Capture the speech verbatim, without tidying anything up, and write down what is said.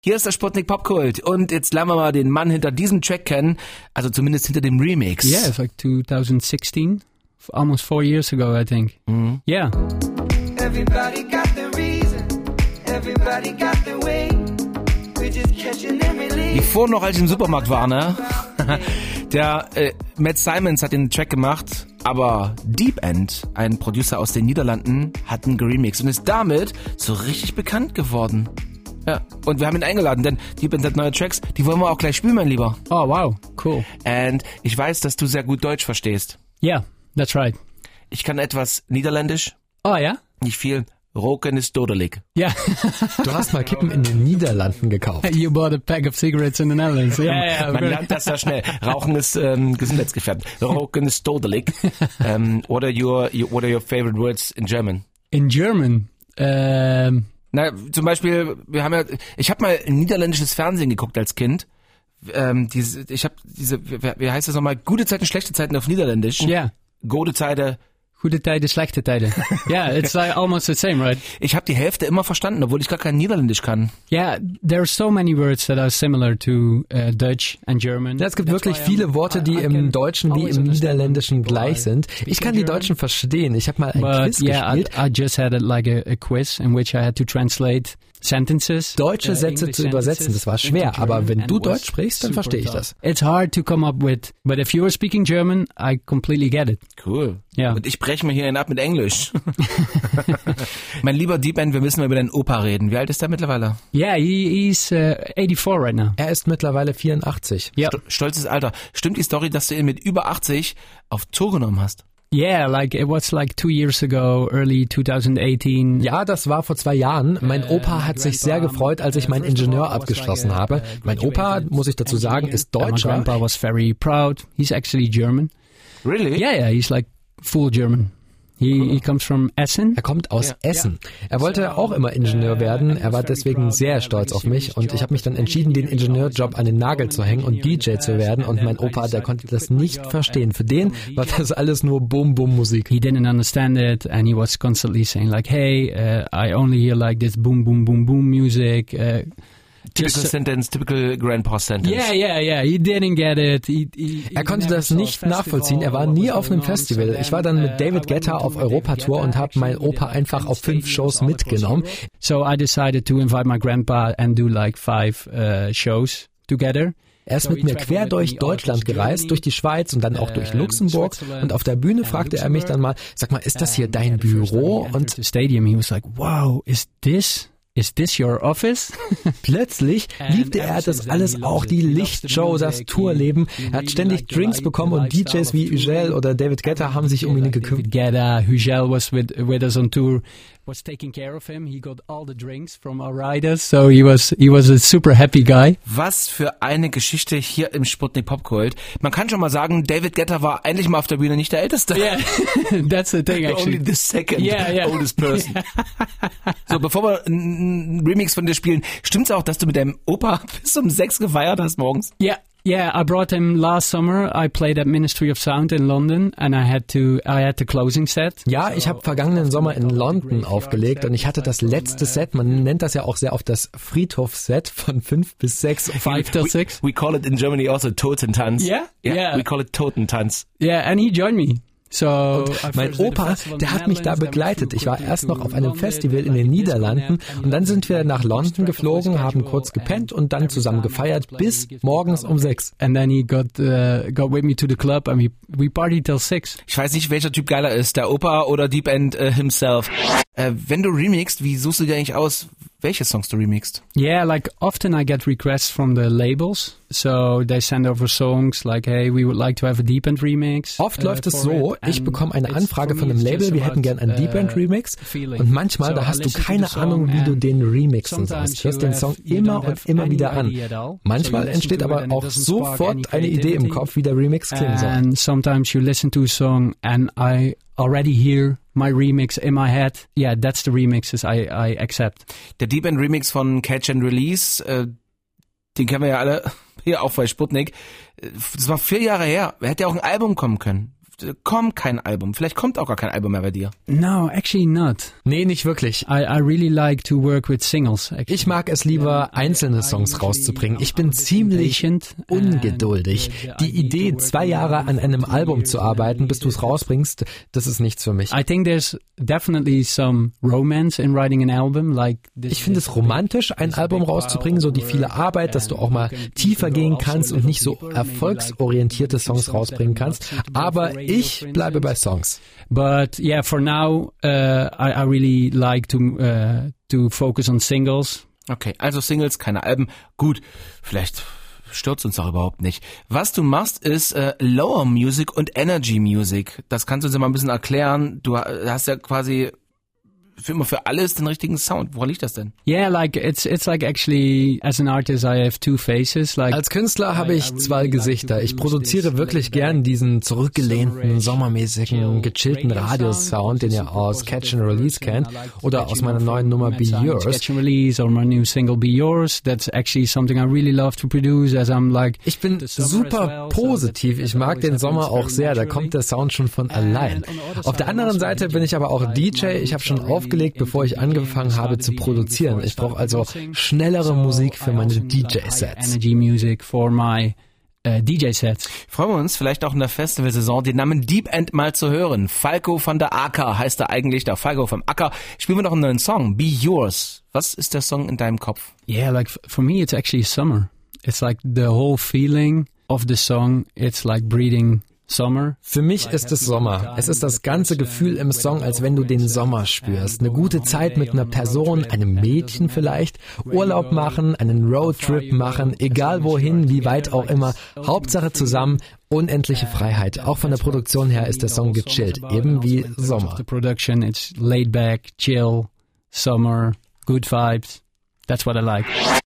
Hier ist der Sputnik Popkult und jetzt lernen wir mal den Mann hinter diesem Track kennen, also zumindest hinter dem Remix. Yeah, it's like twenty sixteen, almost four years ago, I think. Mhm. Yeah. Everybody got the reason, everybody got the way. We're just catching them release. Wie vorhin noch, als ich im Supermarkt war, ne? Der äh, Matt Simons hat den Track gemacht, aber Deep End, ein Producer aus den Niederlanden, hat ihn geremixed und ist damit so richtig bekannt geworden. Ja, und wir haben ihn eingeladen, denn Deep End hat neue Tracks, die wollen wir auch gleich spielen, mein Lieber. Oh, wow, cool. Und ich weiß, dass du sehr gut Deutsch verstehst. Yeah, that's right. Ich kann etwas Niederländisch. Oh, ja? Nicht viel. Roken ist dodelig. Ja. Yeah. Du hast mal Kippen in den Niederlanden gekauft. You bought a pack of cigarettes in the Netherlands. Ja, yeah, yeah, man lernt das ja schnell. Rauchen ist ähm, gesundheitsgefährdend. Roken ist dodelig. um, what are your, your What are your favorite words in German? In German? Um Na, zum Beispiel, wir haben ja, ich habe mal niederländisches Fernsehen geguckt als Kind. Ähm, diese, ich habe diese, wie, wie heißt das nochmal? Gute Zeiten, schlechte Zeiten auf Niederländisch. Ja. Yeah. Gute Zeiten. Gute Zeiten, schlechte Zeiten. Yeah, it's like almost the same, right? Ich habe die Hälfte immer verstanden, obwohl ich gar kein Niederländisch kann. Yeah, there are so many words that are similar to uh, Dutch and German. Ja, es gibt wirklich viele Worte, die im Deutschen wie im Niederländischen gleich sind. Ich kann die Deutschen verstehen. Ich habe mal ein But, Quiz yeah, gespielt. I, I just had a, like a, a quiz in which I had to translate sentences. Deutsche Sätze zu übersetzen, das war schwer, aber wenn du Deutsch sprichst, dann verstehe ich das. It's hard to come up with, but if you are speaking German, I completely get it. Cool. Ja. Und ich breche mir hier einen ab mit Englisch. Mein lieber Deep End, wir müssen mal über deinen Opa reden. Wie alt ist er mittlerweile? Yeah, he, he's uh, eighty-four right now. Er ist mittlerweile vierundachtzig. Ja. St- stolzes Alter. Stimmt die Story, dass du ihn mit über achtzig auf Tour genommen hast? Yeah, like it was like two years ago, early twenty eighteen. Ja, das war vor zwei Jahren. Mein Opa hat sich sehr gefreut, als ich meinen Ingenieur abgeschlossen habe. Mein Opa, muss ich dazu sagen, ist Deutscher. My grandpa was very proud. He's actually German. Really? Yeah, yeah, he's like full German. He, he comes from Essen. Er kommt aus Essen. Er wollte auch immer Ingenieur werden. Er war deswegen sehr stolz auf mich und ich habe mich dann entschieden, den Ingenieurjob an den Nagel zu hängen und D J zu werden. Und mein Opa, der konnte das nicht verstehen. Für den war das alles nur Boom-Boom-Musik. He didn't understand it and he was constantly saying like, hey, uh, I only hear like this boom-boom-boom-boom music. Uh, Typical sentence, typical grandpa sentence. Yeah, yeah, yeah. He didn't get it. He, he, er konnte das nicht nachvollziehen. Er war nie auf einem Festival. Ich war dann mit David Guetta auf Europatour und habe meinen Opa einfach auf fünf Shows mitgenommen. So I decided to invite my grandpa and do like five uh, shows together. Er ist mit mir quer durch Deutschland gereist, durch die Schweiz und dann auch durch Luxemburg. Und auf der Bühne fragte er mich dann mal, sag mal, ist das hier dein Büro? Und Stadium, he was like, wow, is this... Is this your office? Plötzlich liebte er das alles auch, die Lichtshow, das Tourleben. Er hat ständig Drinks bekommen und D Js wie Hügel oder David Guetta haben sich um ihn gekümmert. David Guetta, Hügel was with, with us on tour, was taking care of him. He got all the drinks from our riders, so he was he was a super happy guy. Was für eine Geschichte hier im Sputnik Popkult. Man kann schon mal sagen, David Guetta war endlich mal auf der Bühne nicht der Älteste. Yeah, that's the thing actually. Only the second yeah, yeah. oldest person. So, bevor wir einen Remix von dir spielen, stimmt's auch, dass du mit deinem Opa bis um sechs gefeiert hast morgens? Ja. Yeah. Yeah, I brought him last summer. I played at Ministry of Sound in London and I had to I had the closing set. Ja, ich habe vergangenen Sommer in London aufgelegt und ich hatte das letzte Set, man nennt das ja auch sehr oft das Friedhof-Set von fünf bis sechs. Five till six. We, we call it in Germany also Totentanz. Yeah? Yeah. Yeah. We call it Totentanz. Yeah, and he joined me. So, mein Opa, der hat mich da begleitet. Ich war erst noch auf einem Festival in den Niederlanden und dann sind wir nach London geflogen, haben kurz gepennt und dann zusammen gefeiert bis morgens um sechs. And then he got uh, got with me to the club and we we partied till six. Ich weiß nicht, welcher Typ geiler ist, der Opa oder Deep End uh, himself. Äh, wenn du remixst, wie suchst du dir eigentlich aus, welche Songs du remixst? Yeah, like often I get requests from the labels. So they send over songs like, hey, we would like to have a Deep End remix. Oft läuft es so, ich bekomme eine Anfrage von einem Label, wir hätten gern einen Deep End Remix und manchmal, da hast du keine Ahnung, wie du den remixen sollst. Hörst den Song immer und immer wieder an. Manchmal entsteht aber auch sofort eine Idee im Kopf, wie der Remix klingen soll. And sometimes you listen to a song and I already hear my remix in my head. Yeah, that's the remixes I, I accept. Der Deep End Remix von Catch and Release, äh, den kennen wir ja alle hier auch bei Sputnik. Das war vier Jahre her. Hätte ja auch ein Album kommen können. vielleicht kommt kein Album, vielleicht kommt auch gar kein Album mehr bei dir. No, actually not. Nee, nicht wirklich. I, I really like to work with singles. Actually. Ich mag es lieber, einzelne Songs rauszubringen. Ich bin ziemlich ungeduldig. Die Idee, zwei Jahre an einem Album zu arbeiten, bis du es rausbringst, das ist nichts für mich. I think there's definitely some romance in writing an album. Like this, ich finde es romantisch, ein Album rauszubringen, so die viele Arbeit, dass du auch mal tiefer gehen kannst und nicht so erfolgsorientierte Songs rausbringen kannst. Aber ich bleibe bei Songs. But yeah, for now, uh, I, I really like to uh, to focus on singles. Okay, also Singles, keine Alben. Gut, vielleicht stört uns auch überhaupt nicht. Was du machst, ist äh, Lower Music und Energy Music. Das kannst du uns ja mal ein bisschen erklären. Du hast ja quasi für immer für alles den richtigen Sound. Woran liegt das denn? Yeah, like it's it's like actually as an artist I have two faces. Like als Künstler habe ich zwei Gesichter. Ich produziere wirklich gern diesen zurückgelehnten, sommermäßigen, gechillten Radiosound, den ihr aus Catch and Release kennt oder aus meiner neuen Nummer Be Yours. Catch and Release or my new single Be Yours. That's actually something I really love to produce as I'm like. Ich bin super positiv. Ich mag den Sommer auch sehr. Da kommt der Sound schon von allein. Auf der anderen Seite bin ich aber auch D J. Ich habe schon aufgelegt, bevor ich angefangen habe zu produzieren. Ich brauche also schnellere Musik für meine D J-Sets. Energy Music for my uh, D J-Sets. Freuen wir uns vielleicht auch in der Festivalsaison den Namen Deep End mal zu hören. Falco van der Acker heißt er eigentlich, der Falco vom Acker. Spielen wir noch einen neuen Song, Be Yours. Was ist der Song in deinem Kopf? Yeah, like for me it's actually summer. It's like the whole feeling of the song. It's like breathing Summer. Für mich ist es Sommer. Es ist das ganze Gefühl im Song, als wenn du den Sommer spürst. Eine gute Zeit mit einer Person, einem Mädchen vielleicht, Urlaub machen, einen Roadtrip machen, egal wohin, wie weit auch immer. Hauptsache zusammen, unendliche Freiheit. Auch von der Produktion her ist der Song gechillt, eben wie Sommer. The production, it's laid back, chill, summer, good vibes. That's what I like.